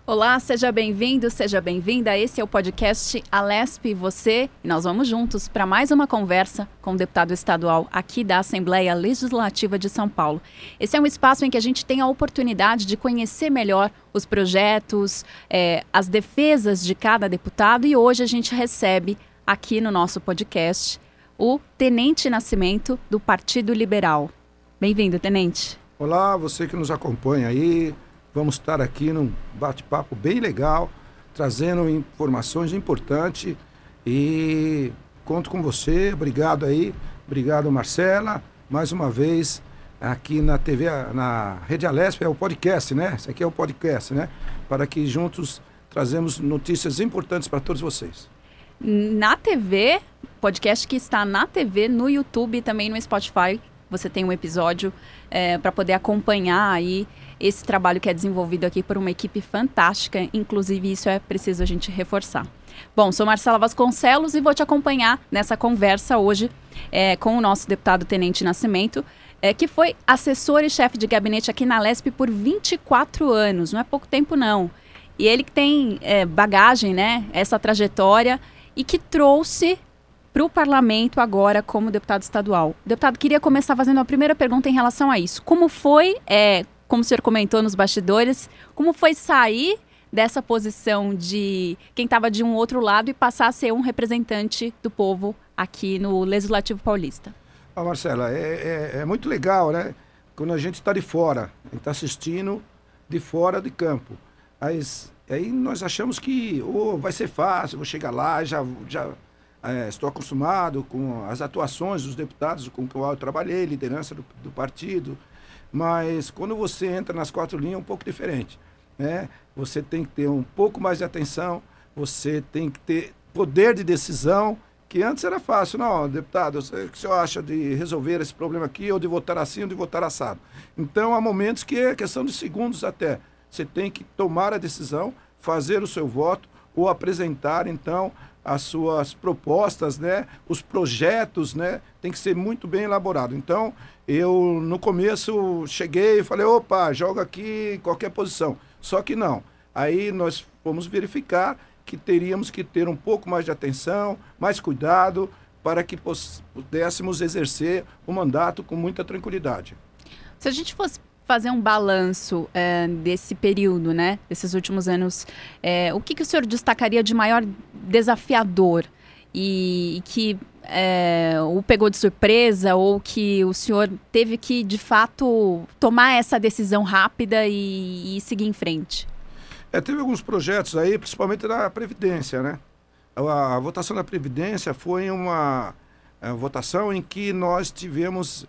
Olá, seja bem-vindo, seja bem-vinda. Esse é o podcast Alesp e Você. E nós vamos juntos para mais uma conversa com o deputado estadual aqui da Assembleia Legislativa de São Paulo. Esse é um espaço em que a gente tem a oportunidade de conhecer melhor os projetos, as defesas de cada deputado. E hoje a gente recebe aqui no nosso podcast o Tenente Nascimento, do Partido Liberal. Bem-vindo, Tenente. Olá, você que nos acompanha aí. Vamos estar aqui num bate-papo bem legal, trazendo informações importantes e conto com você. Obrigado aí, obrigado Marcela, mais uma vez aqui na TV, na Rede Alesp, é o podcast, né? Esse aqui é o podcast, né? Para que juntos trazemos notícias importantes para todos vocês. Na TV, podcast que está na TV, no YouTube e também no Spotify, você tem um episódio para poder acompanhar aí esse trabalho que é desenvolvido aqui por uma equipe fantástica, inclusive isso é preciso a gente reforçar. Bom, sou Marcela Vasconcelos e vou te acompanhar nessa conversa hoje com o nosso deputado Tenente Nascimento, que foi assessor e chefe de gabinete aqui na Alesp por 24 anos, não é pouco tempo não. E ele que tem bagagem, né, essa trajetória e que trouxe para o parlamento agora como deputado estadual. Deputado, queria começar fazendo a primeira pergunta em relação a isso. Como foi, como o senhor comentou nos bastidores, como foi sair dessa posição de quem estava de um outro lado e passar a ser um representante do povo aqui no Legislativo Paulista? Marcela, é muito legal, né? Quando a gente está de fora, a gente está assistindo de fora de campo. Aí nós achamos que vai ser fácil, vou chegar lá, já estou acostumado com as atuações dos deputados com quem eu trabalhei, liderança do partido, mas quando você entra nas quatro linhas é um pouco diferente, né? Você tem que ter um pouco mais de atenção, você tem que ter poder de decisão, que antes era fácil. Não, deputado, o que o senhor acha de resolver esse problema aqui, ou de votar assim, ou de votar assado? Então, há momentos que é questão de segundos até. Você tem que tomar a decisão, fazer o seu voto, ou apresentar, então, as suas propostas, né? Os projetos, né? Tem que ser muito bem elaborado. Então, eu no começo cheguei e falei, opa, joga aqui qualquer posição. Só que não. Aí nós fomos verificar que teríamos que ter um pouco mais de atenção, mais cuidado, para que pudéssemos exercer o mandato com muita tranquilidade. Se a gente fosse fazer um balanço desse período, né, desses últimos anos, o que o senhor destacaria de maior desafiador e que o pegou de surpresa ou que o senhor teve que, de fato, tomar essa decisão rápida e seguir em frente? Teve alguns projetos aí, principalmente da Previdência, né? A votação da Previdência foi uma votação em que nós tivemos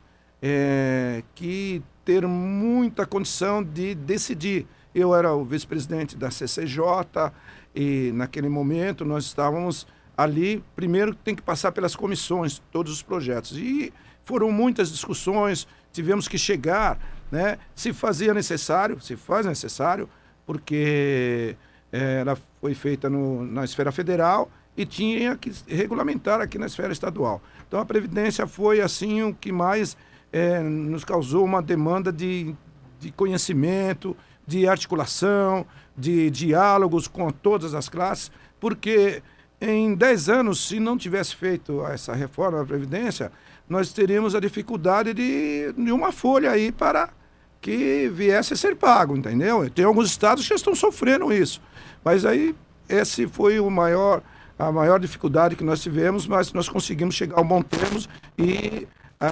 que ter muita condição de decidir. Eu era o vice-presidente da CCJ e naquele momento nós estávamos ali, primeiro tem que passar pelas comissões, todos os projetos. E foram muitas discussões, tivemos que chegar, né, se fazia necessário, se faz necessário, porque ela foi feita na esfera federal e tinha que regulamentar aqui na esfera estadual. Então a Previdência foi assim o que mais nos causou uma demanda de conhecimento, de articulação, de diálogos com todas as classes, porque em 10 anos, se não tivesse feito essa reforma da Previdência, nós teríamos a dificuldade de uma folha aí para que viesse a ser pago, entendeu? Tem alguns estados que já estão sofrendo isso, mas aí esse foi a maior dificuldade que nós tivemos, mas nós conseguimos chegar a um bom termo e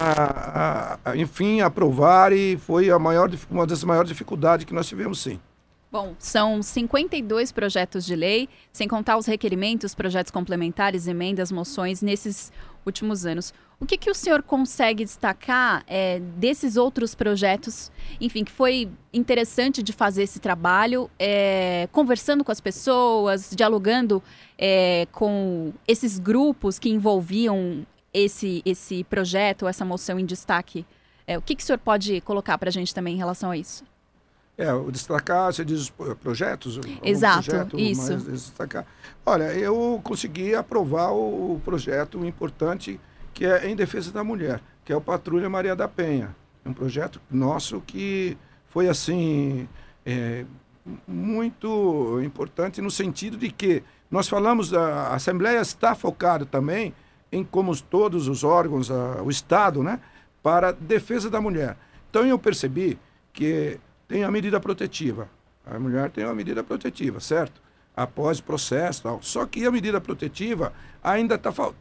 enfim, aprovar, e foi uma das maiores dificuldades que nós tivemos, sim. Bom, são 52 projetos de lei, sem contar os requerimentos, projetos complementares, emendas, moções nesses últimos anos. O que o senhor consegue destacar desses outros projetos, enfim, que foi interessante de fazer esse trabalho, conversando com as pessoas, dialogando com esses grupos que envolviam esse projeto, essa moção em destaque? O que o senhor pode colocar para a gente também em relação a isso? O destacar, você diz os projetos? Exato, projeto, isso. Destacar. Olha, eu consegui aprovar o projeto importante que é em defesa da mulher, que é o Patrulha Maria da Penha. É um projeto nosso que foi assim, muito importante no sentido de que nós falamos, a Assembleia está focada também em, como todos os órgãos, o Estado, né, para a defesa da mulher. Então eu percebi que tem a medida protetiva. A mulher tem uma medida protetiva, certo? Após o processo e tal. Só que a medida protetiva ainda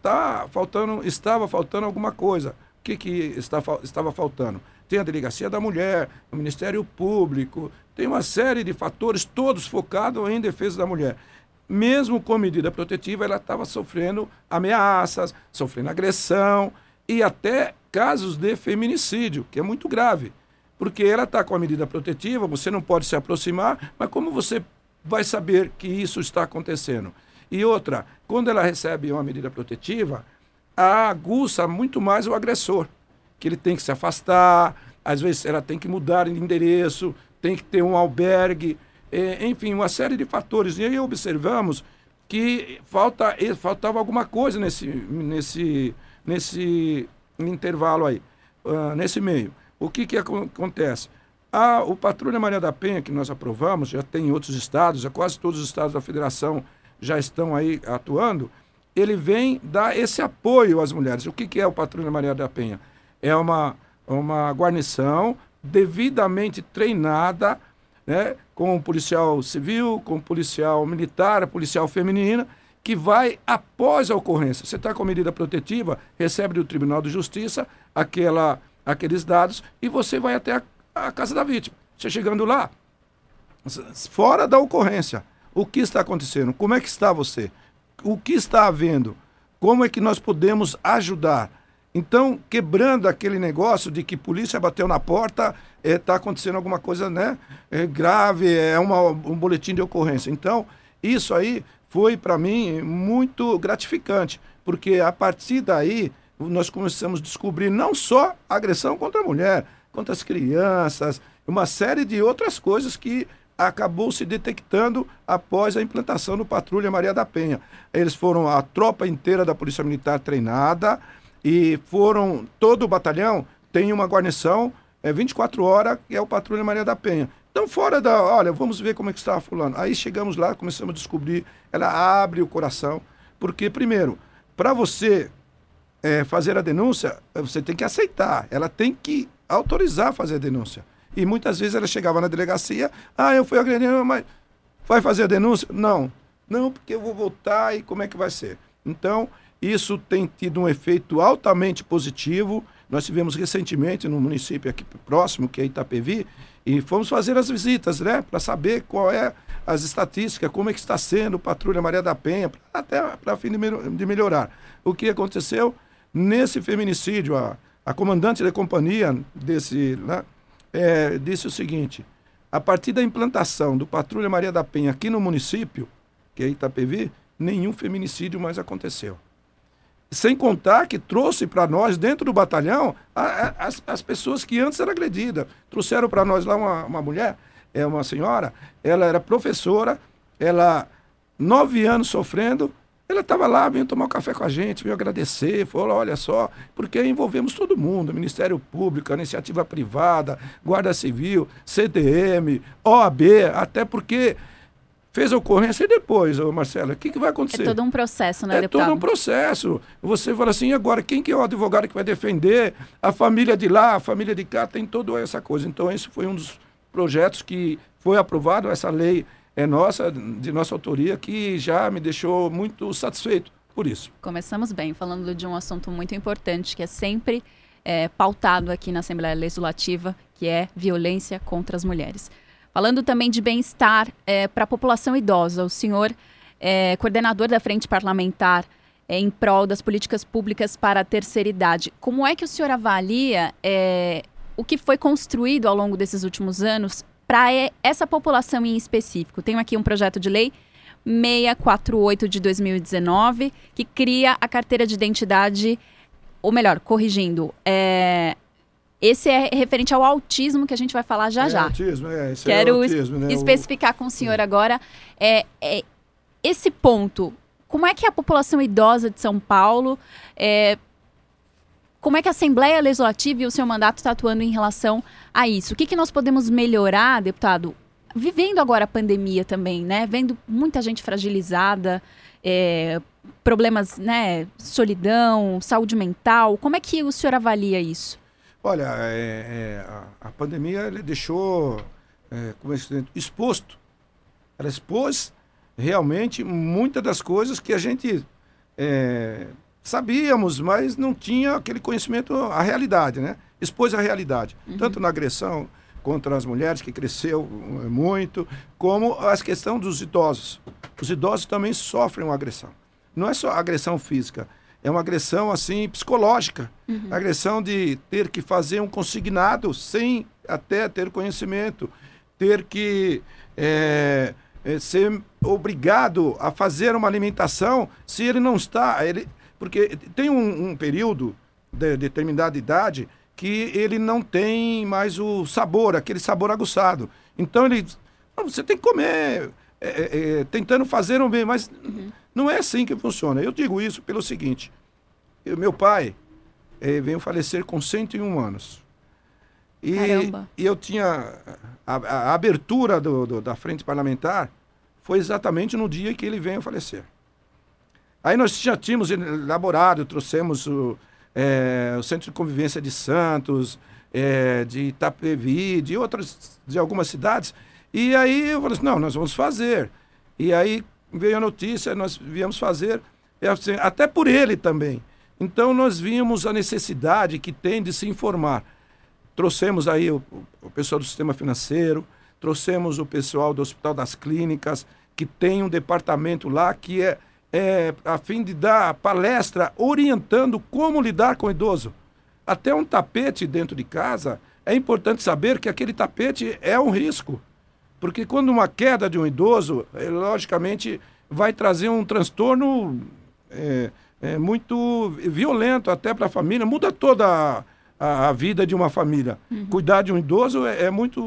estava faltando alguma coisa. O que estava faltando? Tem a Delegacia da Mulher, o Ministério Público, tem uma série de fatores, todos focados em defesa da mulher. Mesmo com medida protetiva, ela estava sofrendo ameaças, sofrendo agressão e até casos de feminicídio, que é muito grave. Porque ela está com a medida protetiva, você não pode se aproximar, mas como você vai saber que isso está acontecendo? E outra, quando ela recebe uma medida protetiva, aguça muito mais o agressor, que ele tem que se afastar, às vezes ela tem que mudar de endereço, tem que ter um albergue, enfim, uma série de fatores. E aí observamos que faltava alguma coisa nesse intervalo aí, nesse meio. O que acontece? O Patrulha Maria da Penha, que nós aprovamos, já tem em outros estados, quase todos os estados da federação já estão aí atuando, ele vem dar esse apoio às mulheres. O que é o Patrulha Maria da Penha? É uma guarnição devidamente treinada, né, com policial civil, com policial militar, policial feminina, que vai após a ocorrência. Você está com medida protetiva, recebe do Tribunal de Justiça aqueles dados e você vai até a casa da vítima. Você chegando lá, fora da ocorrência, o que está acontecendo? Como é que está você? O que está havendo? Como é que nós podemos ajudar? Então, quebrando aquele negócio de que polícia bateu na porta, está acontecendo alguma coisa, né, grave, um boletim de ocorrência. Então, isso aí foi, para mim, muito gratificante, porque a partir daí nós começamos a descobrir não só agressão contra a mulher, contra as crianças, uma série de outras coisas que acabou se detectando após a implantação do Patrulha Maria da Penha. Eles foram a tropa inteira da Polícia Militar treinada e todo o batalhão tem uma guarnição 24 horas, que é o Patrulha Maria da Penha. Então, olha, vamos ver como é que está fulano. Aí chegamos lá, começamos a descobrir, ela abre o coração, porque, primeiro, para você fazer a denúncia, você tem que aceitar, ela tem que autorizar a fazer a denúncia. E muitas vezes ela chegava na delegacia, eu fui agredido, mas vai fazer a denúncia? Não, porque eu vou voltar e como é que vai ser? Então, isso tem tido um efeito altamente positivo. Nós tivemos recentemente no município aqui próximo, que é Itapevi, e fomos fazer as visitas, né, para saber qual é as estatísticas, como é que está sendo o Patrulha Maria da Penha, até para fim de melhorar. O que aconteceu? Nesse feminicídio, a comandante da companhia disse o seguinte: a partir da implantação do Patrulha Maria da Penha aqui no município, que é Itapevi, nenhum feminicídio mais aconteceu. Sem contar que trouxe para nós, dentro do batalhão, as pessoas que antes eram agredidas. Trouxeram para nós lá uma mulher, uma senhora, ela era professora, 9 anos sofrendo, ela estava lá, veio tomar um café com a gente, veio agradecer, falou, olha só, porque envolvemos todo mundo, Ministério Público, Iniciativa Privada, Guarda Civil, CDM, OAB, até porque fez a ocorrência e depois, Marcela, o que vai acontecer? É todo um processo, né, deputado? É todo um processo. Você fala assim, agora, quem que é o advogado que vai defender? A família de lá, a família de cá, tem toda essa coisa. Então, esse foi um dos projetos que foi aprovado, essa lei é nossa, de nossa autoria, que já me deixou muito satisfeito por isso. Começamos bem, falando de um assunto muito importante, que é sempre pautado aqui na Assembleia Legislativa, que é violência contra as mulheres. Falando também de bem-estar para a população idosa, o senhor é coordenador da Frente Parlamentar em prol das políticas públicas para a terceira idade. Como é que o senhor avalia o que foi construído ao longo desses últimos anos para essa população em específico? Tenho aqui um projeto de lei 648 de 2019, que cria a carteira de identidade, ou melhor, corrigindo, esse é referente ao autismo, que a gente vai falar já. Autismo, esse Quero autismo, né? especificar com o senhor agora esse ponto. Como é que a população idosa de São Paulo, como é que a Assembleia Legislativa e o seu mandato está atuando em relação a isso? O que nós podemos melhorar, deputado, vivendo agora a pandemia também, né? Vendo muita gente fragilizada, problemas, né? Solidão, saúde mental. Como é que o senhor avalia isso? Olha, a pandemia ele deixou como é que se diz, exposto. Ela expôs realmente muitas das coisas que a gente sabíamos, mas não tinha aquele conhecimento, a realidade, né? Expôs a realidade, tanto na agressão contra as mulheres, que cresceu muito, como a questão dos idosos. Os idosos também sofrem uma agressão. Não é só agressão física, é uma agressão assim psicológica. A agressão de ter que fazer um consignado sem até ter conhecimento, ter que ser obrigado a fazer uma alimentação se ele não está... Porque tem um período de determinada idade que ele não tem mais o sabor, aquele sabor aguçado. Então você tem que comer tentando fazer um bem, mas não é assim que funciona. Eu digo isso pelo seguinte, meu pai veio falecer com 101 anos. Caramba. E eu tinha... A abertura da frente parlamentar foi exatamente no dia que ele veio falecer. Aí nós já tínhamos elaborado, trouxemos o Centro de Convivência de Santos, de Itapevi, de algumas cidades. E aí eu falei assim, não, nós vamos fazer. E aí veio a notícia, nós viemos fazer, assim, até por ele também. Então nós vimos a necessidade que tem de se informar. Trouxemos aí o pessoal do sistema financeiro, trouxemos o pessoal do Hospital das Clínicas, que tem um departamento lá que a fim de dar palestra orientando como lidar com o idoso. Até um tapete dentro de casa, é importante saber que aquele tapete é um risco. Porque quando uma queda de um idoso, logicamente, vai trazer um transtorno muito violento até para a família, muda toda a vida de uma família. Cuidar de um idoso é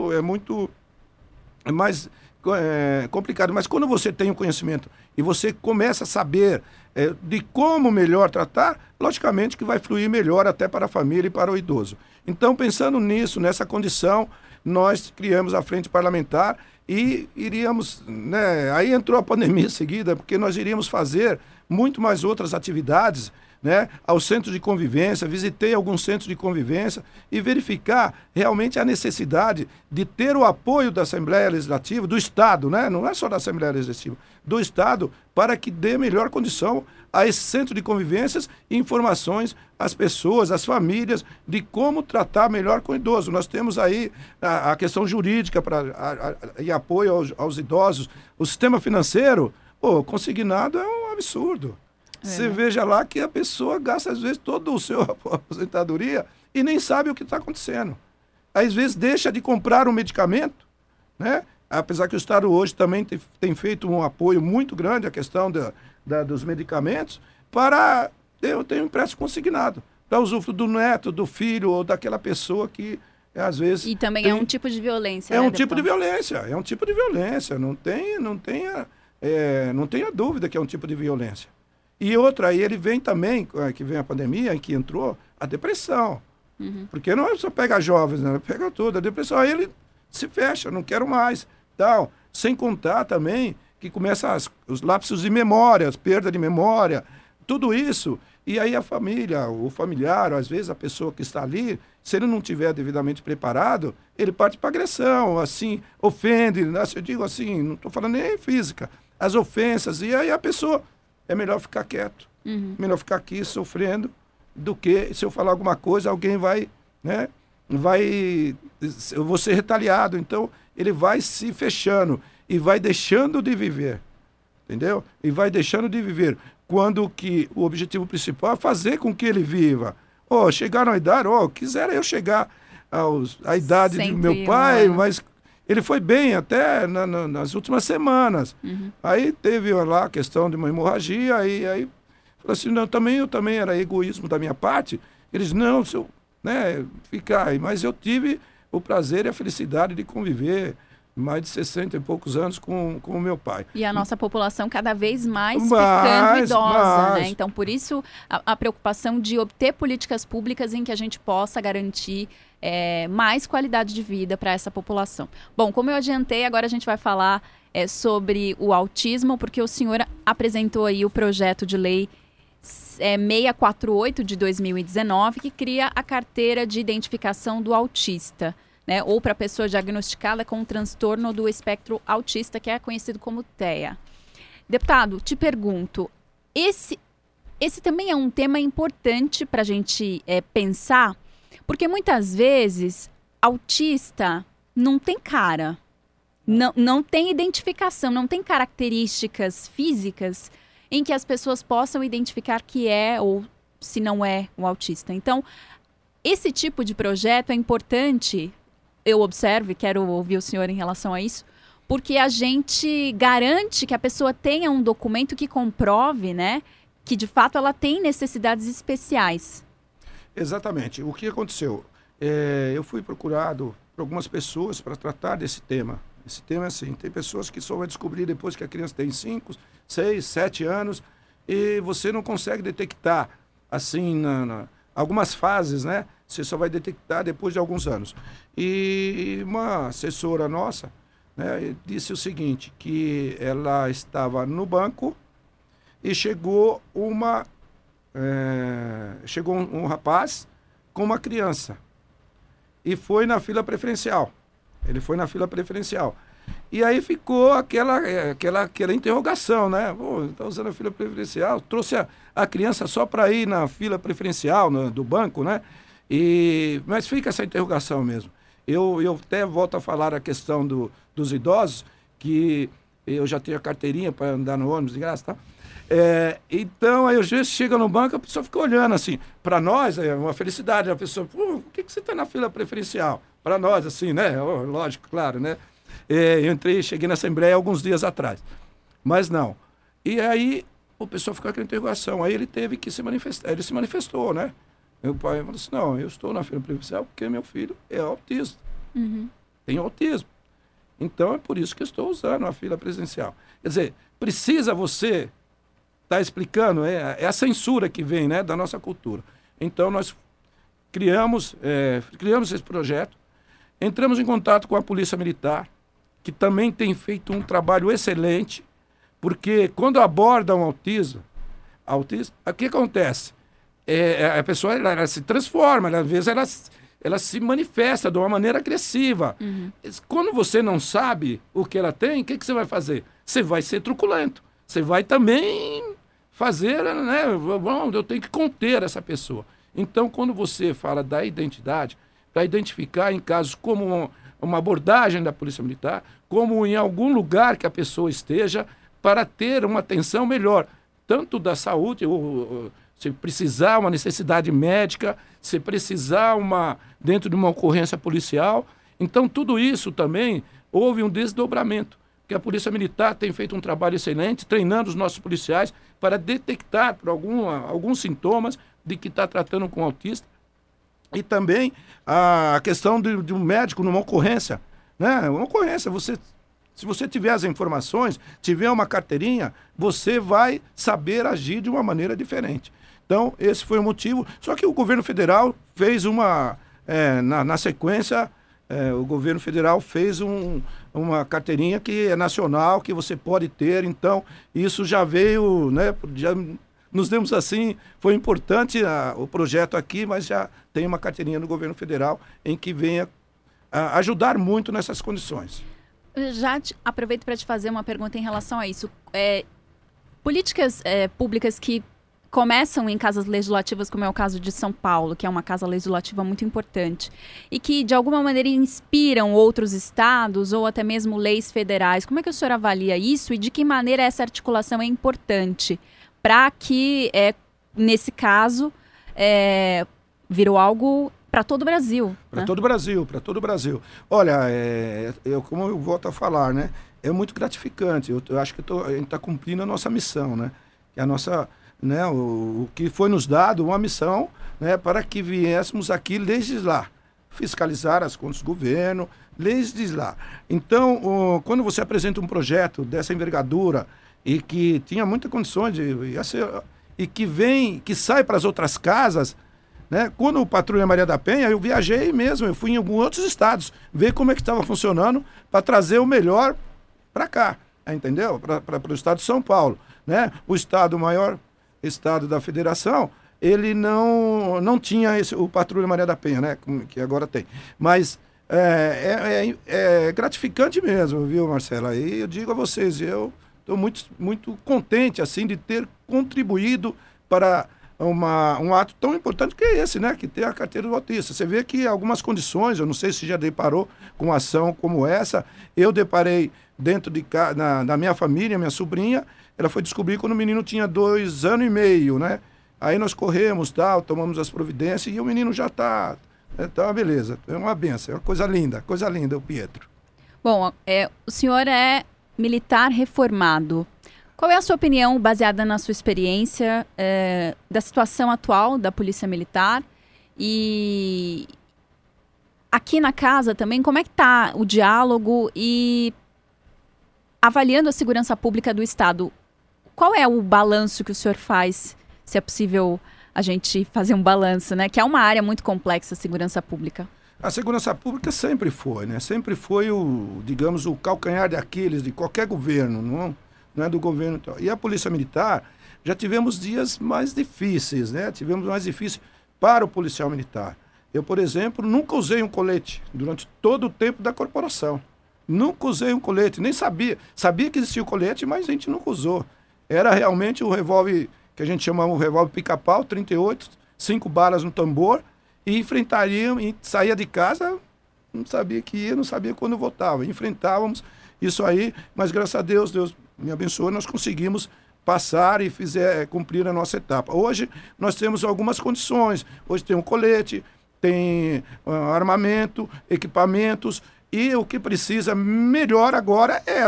mais complicado, mas quando você tem o conhecimento e você começa a saber de como melhor tratar, logicamente que vai fluir melhor até para a família e para o idoso. Então, pensando nisso, nessa condição, nós criamos a Frente Parlamentar e iríamos, né, aí entrou a pandemia em seguida, porque nós iríamos fazer muito mais outras atividades, né, ao centro de convivência, visitei alguns centros de convivência e verificar realmente a necessidade de ter o apoio da Assembleia Legislativa, do Estado, né, não é só da Assembleia Legislativa, do Estado, para que dê melhor condição a esse centro de convivências e informações às pessoas, às famílias, de como tratar melhor com o idoso. Nós temos aí a questão jurídica e apoio aos idosos, o sistema financeiro, consignado é um absurdo. Você veja lá que a pessoa gasta, às vezes, toda a sua aposentadoria e nem sabe o que está acontecendo. Às vezes, deixa de comprar um medicamento, né? Apesar que o Estado hoje também tem feito um apoio muito grande à questão dos medicamentos, para ter um empréstimo consignado, para usufruir do neto, do filho ou daquela pessoa que, às vezes... E também é um tipo de violência, É um tipo de violência, não tenha dúvida que é um tipo de violência. E outra, aí ele vem também, que vem a pandemia, em que entrou a depressão. Porque não é só pegar jovens, né? Pega tudo. A depressão, aí ele se fecha, não quero mais. Tal. Sem contar também que começa os lapsos de memória, perda de memória, tudo isso. E aí a família, o familiar, às vezes a pessoa que está ali, se ele não estiver devidamente preparado, ele parte para agressão, assim, ofende. Eu digo assim, não estou falando nem física, as ofensas. E aí a pessoa... É melhor ficar quieto, melhor ficar aqui sofrendo, do que se eu falar alguma coisa, alguém vai, né, eu vou ser retaliado. Então, ele vai se fechando e vai deixando de viver, entendeu? E vai deixando de viver, quando que o objetivo principal é fazer com que ele viva. Chegar na idade, quisera eu chegar à idade do meu pai, mas... Ele foi bem até nas últimas semanas. Aí teve lá a questão de uma hemorragia, aí falou assim, não, eu também era egoísmo da minha parte. Eles, não, ficar. Mas eu tive o prazer e a felicidade de conviver mais de 60 e poucos anos com o meu pai. E a nossa população cada vez mais ficando idosa, né? Então, por isso, a preocupação de obter políticas públicas em que a gente possa garantir mais qualidade de vida para essa população. Bom, como eu adiantei, agora a gente vai falar sobre o autismo, porque o senhor apresentou aí o projeto de lei 648 de 2019, que cria a carteira de identificação do autista, né, ou para a pessoa diagnosticada com um transtorno do espectro autista, que é conhecido como TEA. Deputado, te pergunto, esse também é um tema importante para a gente pensar, porque muitas vezes autista não tem cara, não tem identificação, não tem características físicas em que as pessoas possam identificar que é ou se não é um autista. Então, esse tipo de projeto é importante. Eu observo e quero ouvir o senhor em relação a isso, porque a gente garante que a pessoa tenha um documento que comprove, né, que de fato ela tem necessidades especiais. Exatamente. O que aconteceu? Eu fui procurado por algumas pessoas para tratar desse tema. Esse tema é assim, tem pessoas que só vai descobrir depois que a criança tem 5, 6, 7 anos e você não consegue detectar, assim, algumas fases, né? Você só vai detectar depois de alguns anos. E uma assessora nossa, né, disse o seguinte, que ela estava no banco e chegou um rapaz com uma criança e foi na fila preferencial. Ele foi na fila preferencial. E aí ficou aquela interrogação, né? Está usando a fila preferencial, trouxe a criança só para ir na fila preferencial do banco, né? Mas fica essa interrogação mesmo. Eu até volto a falar a questão dos idosos, que eu já tenho a carteirinha para andar no ônibus de graça, tá? Então, aí às vezes chega no banco, a pessoa fica olhando assim. Para nós é uma felicidade, a pessoa, por que você está na fila preferencial? Para nós, assim, né? Lógico, claro, né? Eu cheguei na Assembleia alguns dias atrás. Mas não. E aí o pessoal ficou com aquela interrogação. Aí ele teve que se manifestar. Ele se manifestou, né? Meu pai falou assim, não, eu estou na fila preferencial porque meu filho é autista. Uhum. Tem autismo. Então é por isso que eu estou usando a fila presencial. Quer dizer, precisa você estar explicando, é a censura que vem, né, da nossa cultura. Então nós criamos esse projeto, entramos em contato com a Polícia Militar, que também tem feito um trabalho excelente, porque quando aborda um autista, o que acontece? A pessoa ela se transforma, às vezes ela se manifesta de uma maneira agressiva. Uhum. Quando você não sabe o que ela tem, o que você vai fazer? Você vai ser truculento. Você vai também fazer, né? Bom, eu tenho que conter essa pessoa. Então, quando você fala da identidade, para identificar em casos como uma abordagem da Polícia Militar, como em algum lugar que a pessoa esteja, para ter uma atenção melhor, tanto da saúde, se precisar uma necessidade médica, se precisar dentro de uma ocorrência policial. Então, tudo isso também houve um desdobramento, que a Polícia Militar tem feito um trabalho excelente, treinando os nossos policiais para detectar por alguns sintomas de que está tratando com autista. E também a questão de um médico numa ocorrência, né? Uma ocorrência, se você tiver as informações, tiver uma carteirinha, você vai saber agir de uma maneira diferente. Então, esse foi o motivo. Só que o governo federal fez na sequência, o governo federal fez uma carteirinha que é nacional, que você pode ter. Então, isso já veio, né? Já nos demos assim, foi importante o projeto aqui, mas já tem uma carteirinha no governo federal em que venha ajudar muito nessas condições. Aproveito para te fazer uma pergunta em relação a isso. Políticas públicas que começam em casas legislativas, como é o caso de São Paulo, que é uma casa legislativa muito importante, e que de alguma maneira inspiram outros estados ou até mesmo leis federais. Como é que o senhor avalia isso e de que maneira essa articulação é importante para que, nesse caso, virou algo para todo o Brasil? Para todo o Brasil. Olha, como eu volto a falar, né? É muito gratificante. Eu acho que a gente está cumprindo a nossa missão, né? Que a nossa, né? O que foi nos dado, uma missão, né? Para que viéssemos aqui legislar, fiscalizar as contas do governo, desde lá. Então, quando você apresenta um projeto dessa envergadura e que tinha muitas condições e que sai para as outras casas, né? Quando o Patrulha Maria da Penha, eu viajei mesmo, eu fui em alguns outros estados, ver como é que estava funcionando para trazer o melhor para cá, entendeu? Para o estado de São Paulo, né? O maior estado da federação, ele não tinha o Patrulha Maria da Penha, né? Que agora tem. Mas é gratificante mesmo, viu, Marcela? E eu digo a vocês, eu estou muito contente, assim, de ter contribuído para um ato tão importante que é esse, né? Que tem a carteira do autista. Você vê que algumas condições, eu não sei se já deparou com uma ação como essa, eu deparei dentro de na minha família, minha sobrinha, ela foi descobrir quando o menino tinha 2 anos e meio, né? Aí nós corremos, tomamos as providências e o menino já está... Então, beleza, é uma benção, é uma coisa linda, o Pietro. Bom, o senhor é militar reformado. Qual é a sua opinião, baseada na sua experiência, da situação atual da Polícia Militar? E aqui na casa também, como é que está o diálogo e avaliando a segurança pública do Estado? Qual é o balanço que o senhor faz, se é possível a gente fazer um balanço, né? Que é uma área muito complexa, a segurança pública. A segurança pública sempre foi, né? Sempre foi digamos, o calcanhar de Aquiles de qualquer governo, não é do governo. E a Polícia Militar, já tivemos dias mais difíceis, né? Tivemos mais difíceis para o policial militar. Eu, por exemplo, nunca usei um colete durante todo o tempo da corporação. Nunca usei um colete, nem sabia. Sabia que existia o colete, mas a gente nunca usou. Era realmente o revólver, que a gente chamava o revólver pica-pau, 38, 5 balas no tambor, e enfrentaríamos, e saía de casa, não sabia que ia, não sabia quando voltava. Enfrentávamos isso aí, mas graças a Deus, Deus me abençoou, nós conseguimos passar e cumprir a nossa etapa. Hoje nós temos algumas condições, hoje tem um colete, tem armamento, equipamentos, e o que precisa melhor agora é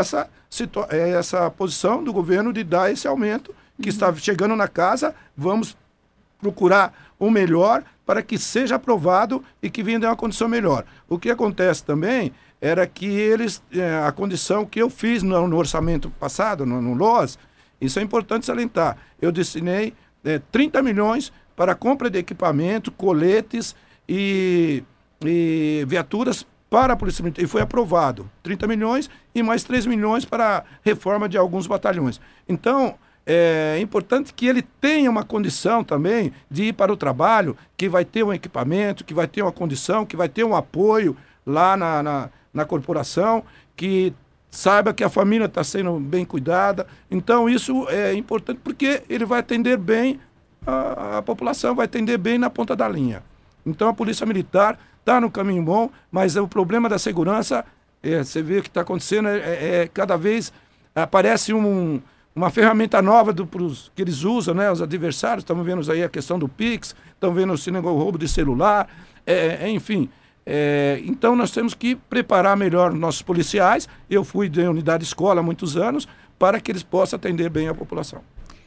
essa posição do governo de dar esse aumento, que está chegando na casa, vamos procurar o melhor para que seja aprovado e que venha de uma condição melhor. O que acontece também era que a condição que eu fiz no orçamento passado, no LOAS, isso é importante salientar, eu destinei 30 milhões para a compra de equipamento, coletes e viaturas para a Polícia Militar, e foi aprovado 30 milhões e mais 3 milhões para a reforma de alguns batalhões. Então, é importante que ele tenha uma condição também de ir para o trabalho, que vai ter um equipamento, que vai ter uma condição, que vai ter um apoio lá na corporação, que saiba que a família está sendo bem cuidada. Então, isso é importante porque ele vai atender bem a população, vai atender bem na ponta da linha. Então, a Polícia Militar está no caminho bom, mas o problema da segurança, você vê o que está acontecendo, cada vez aparece uma ferramenta nova que eles usam, né? Os adversários, estamos vendo aí a questão do Pix, estamos vendo o roubo de celular, enfim. Então nós temos que preparar melhor nossos policiais. Eu fui de unidade escola há muitos anos, para que eles possam atender bem a população.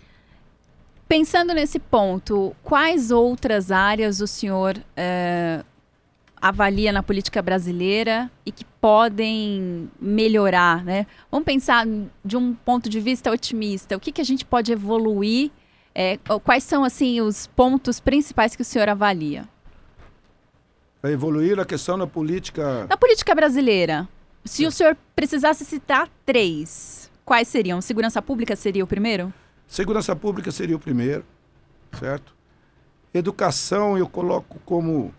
Pensando nesse ponto, quais outras áreas o senhor avalia na política brasileira e que podem melhorar, né? Vamos pensar de um ponto de vista otimista. O que a gente pode evoluir? Quais são, assim, os pontos principais que o senhor avalia? Para evoluir a questão da política... Na política brasileira, se o senhor precisasse citar 3, quais seriam? Segurança pública seria o primeiro? Segurança pública seria o primeiro, certo? Educação eu coloco como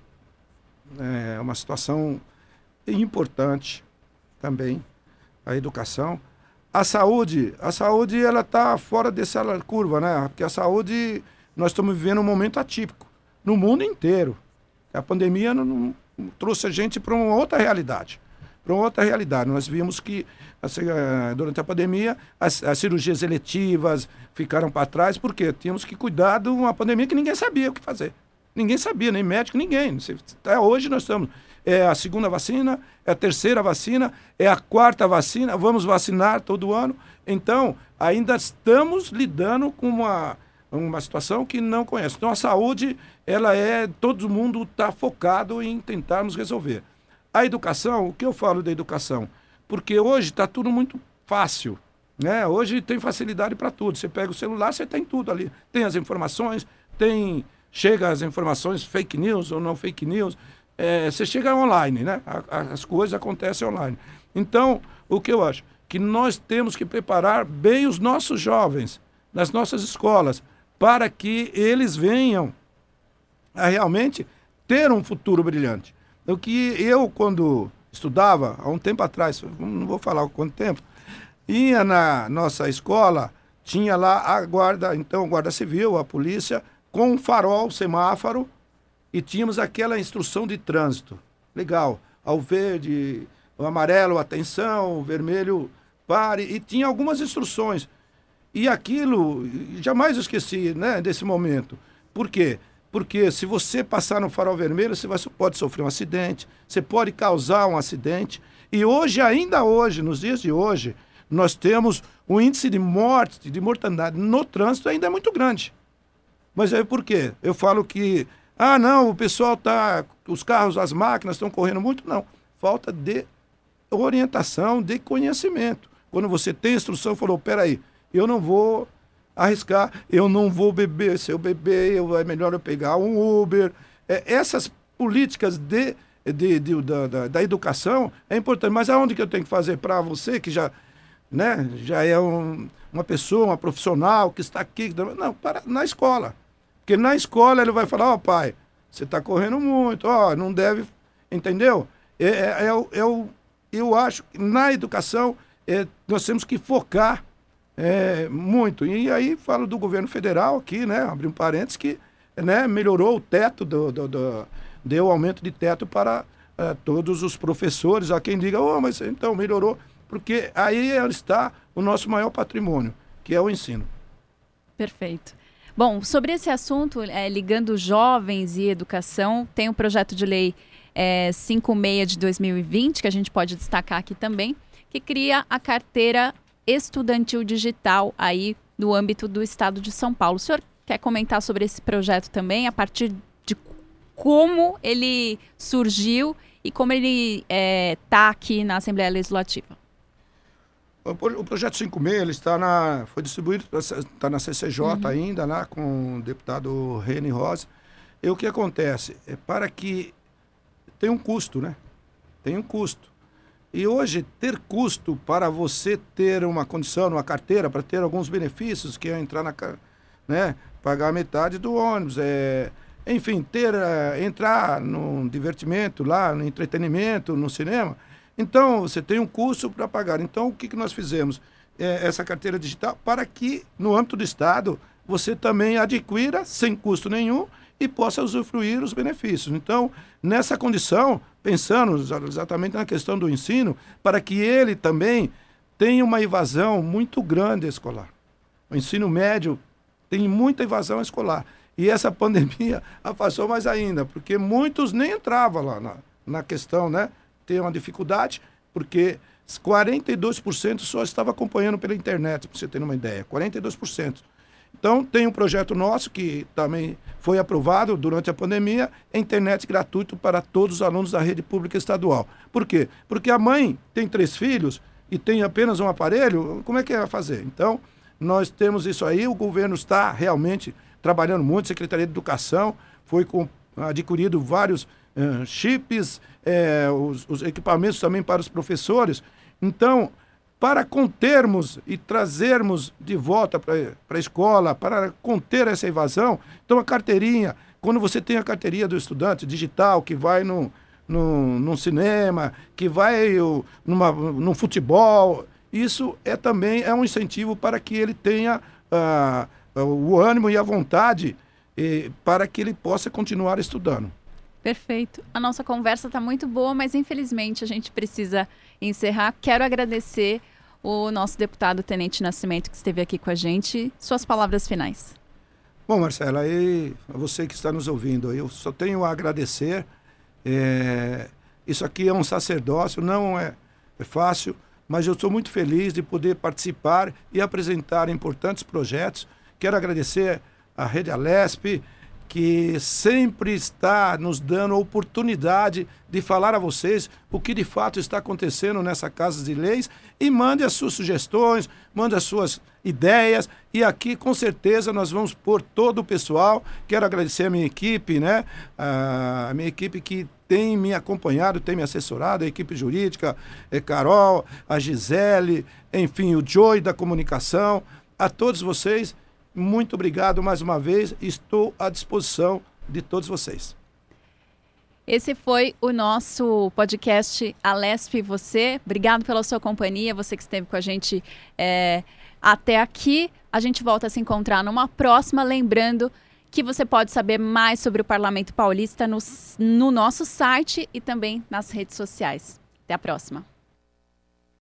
uma situação importante também, a educação. A saúde ela está fora dessa curva, né? Porque a saúde, nós estamos vivendo um momento atípico, no mundo inteiro. A pandemia não trouxe a gente para uma outra realidade. Nós vimos que durante a pandemia as cirurgias eletivas ficaram para trás, porque tínhamos que cuidar de uma pandemia que ninguém sabia o que fazer. Ninguém sabia, nem médico, ninguém. Até hoje nós estamos. É a segunda vacina, é a terceira vacina, é a quarta vacina, vamos vacinar todo ano. Então, ainda estamos lidando com uma situação que não conhece. Então, a saúde, todo mundo está focado em tentarmos resolver. A educação, o que eu falo da educação? Porque hoje está tudo muito fácil, né? Hoje tem facilidade para tudo. Você pega o celular, você tem tudo ali. Tem as informações, chega as informações, fake news ou não fake news. Você chega online, né? As coisas acontecem online. Então, o que eu acho? Que nós temos que preparar bem os nossos jovens nas nossas escolas, para que eles venham a realmente ter um futuro brilhante. O que eu, quando estudava, há um tempo atrás, não vou falar quanto tempo, ia na nossa escola, tinha lá a guarda civil, a polícia, com um farol, semáforo, e tínhamos aquela instrução de trânsito. Legal. Ao verde, o amarelo, atenção, o vermelho, pare, e tinha algumas instruções. E aquilo, jamais eu esqueci, né, desse momento. Por quê? Porque se você passar no farol vermelho, você pode sofrer um acidente, você pode causar um acidente. E hoje, ainda hoje, nos dias de hoje, nós temos o índice de morte, de mortandade no trânsito ainda é muito grande. Mas aí por quê? Eu falo que, não, o pessoal os carros, as máquinas estão correndo muito. Não, falta de orientação, de conhecimento. Quando você tem instrução, falou, peraí, eu não vou arriscar, eu não vou beber, se eu beber, é melhor eu pegar um Uber. Essas políticas da educação é importante. Mas aonde que eu tenho que fazer? Para você que já é uma pessoa, uma profissional que está aqui. Não, na escola. Porque na escola ele vai falar, pai, você está correndo muito, não deve, entendeu? Eu acho que na educação nós temos que focar muito. E aí falo do governo federal aqui, né? Abri um parênteses que melhorou o teto, deu aumento de teto para todos os professores. Há quem diga, mas então melhorou, porque aí está o nosso maior patrimônio, que é o ensino. Perfeito. Bom, sobre esse assunto, ligando jovens e educação, tem o projeto de lei 56 de 2020, que a gente pode destacar aqui também, que cria a carteira estudantil digital aí no âmbito do estado de São Paulo. O senhor quer comentar sobre esse projeto também, a partir de como ele surgiu e como ele está aqui na Assembleia Legislativa? O projeto 56, ele foi distribuído, está na CCJ ainda, lá com o deputado Reni Rosa. E o que acontece? Para que tem um custo, né? Tem um custo. E hoje, ter custo para você ter uma condição, uma carteira, para ter alguns benefícios, que é entrar pagar metade do ônibus, enfim, entrar no divertimento lá, no entretenimento, no cinema. Então, você tem um custo para pagar. Então, o que nós fizemos? Essa carteira digital, para que, no âmbito do Estado, você também adquira sem custo nenhum e possa usufruir os benefícios. Então, nessa condição, pensando exatamente na questão do ensino, para que ele também tenha uma evasão muito grande escolar. O ensino médio tem muita evasão escolar. E essa pandemia afastou mais ainda, porque muitos nem entravam lá na questão, né? Tem uma dificuldade, porque 42% só estava acompanhando pela internet, para você ter uma ideia, 42%. Então, tem um projeto nosso que também foi aprovado durante a pandemia, internet gratuito para todos os alunos da rede pública estadual. Por quê? Porque a mãe tem 3 filhos e tem apenas um aparelho, como é que vai fazer? Então, nós temos isso aí, o governo está realmente trabalhando muito, a Secretaria de Educação foi adquirido vários chips, os equipamentos também para os professores. Então, para contermos e trazermos de volta para a escola, para conter essa evasão, então a carteirinha, quando você tem a carteirinha do estudante digital, que vai num cinema, que vai num futebol, isso também é um incentivo para que ele tenha o ânimo e a vontade para que ele possa continuar estudando. Perfeito. A nossa conversa está muito boa, mas infelizmente a gente precisa encerrar. Quero agradecer o nosso deputado Tenente Nascimento que esteve aqui com a gente. Suas palavras finais. Bom, Marcela, e a você que está nos ouvindo, eu só tenho a agradecer. Isso aqui é um sacerdócio, não é fácil, mas eu estou muito feliz de poder participar e apresentar importantes projetos. Quero agradecer a Rede Alesp, que sempre está nos dando a oportunidade de falar a vocês o que de fato está acontecendo nessa Casa de Leis, e mande as suas sugestões, mande as suas ideias, e aqui com certeza nós vamos pôr todo o pessoal. Quero agradecer a minha equipe, né? A minha equipe que tem me acompanhado, tem me assessorado, a equipe jurídica, Carol, a Gisele, enfim, o Joey da comunicação, a todos vocês. Muito obrigado mais uma vez, estou à disposição de todos vocês. Esse foi o nosso podcast Alesp e Você. Obrigado pela sua companhia, você que esteve com a gente até aqui. A gente volta a se encontrar numa próxima, lembrando que você pode saber mais sobre o Parlamento Paulista no nosso site e também nas redes sociais. Até a próxima.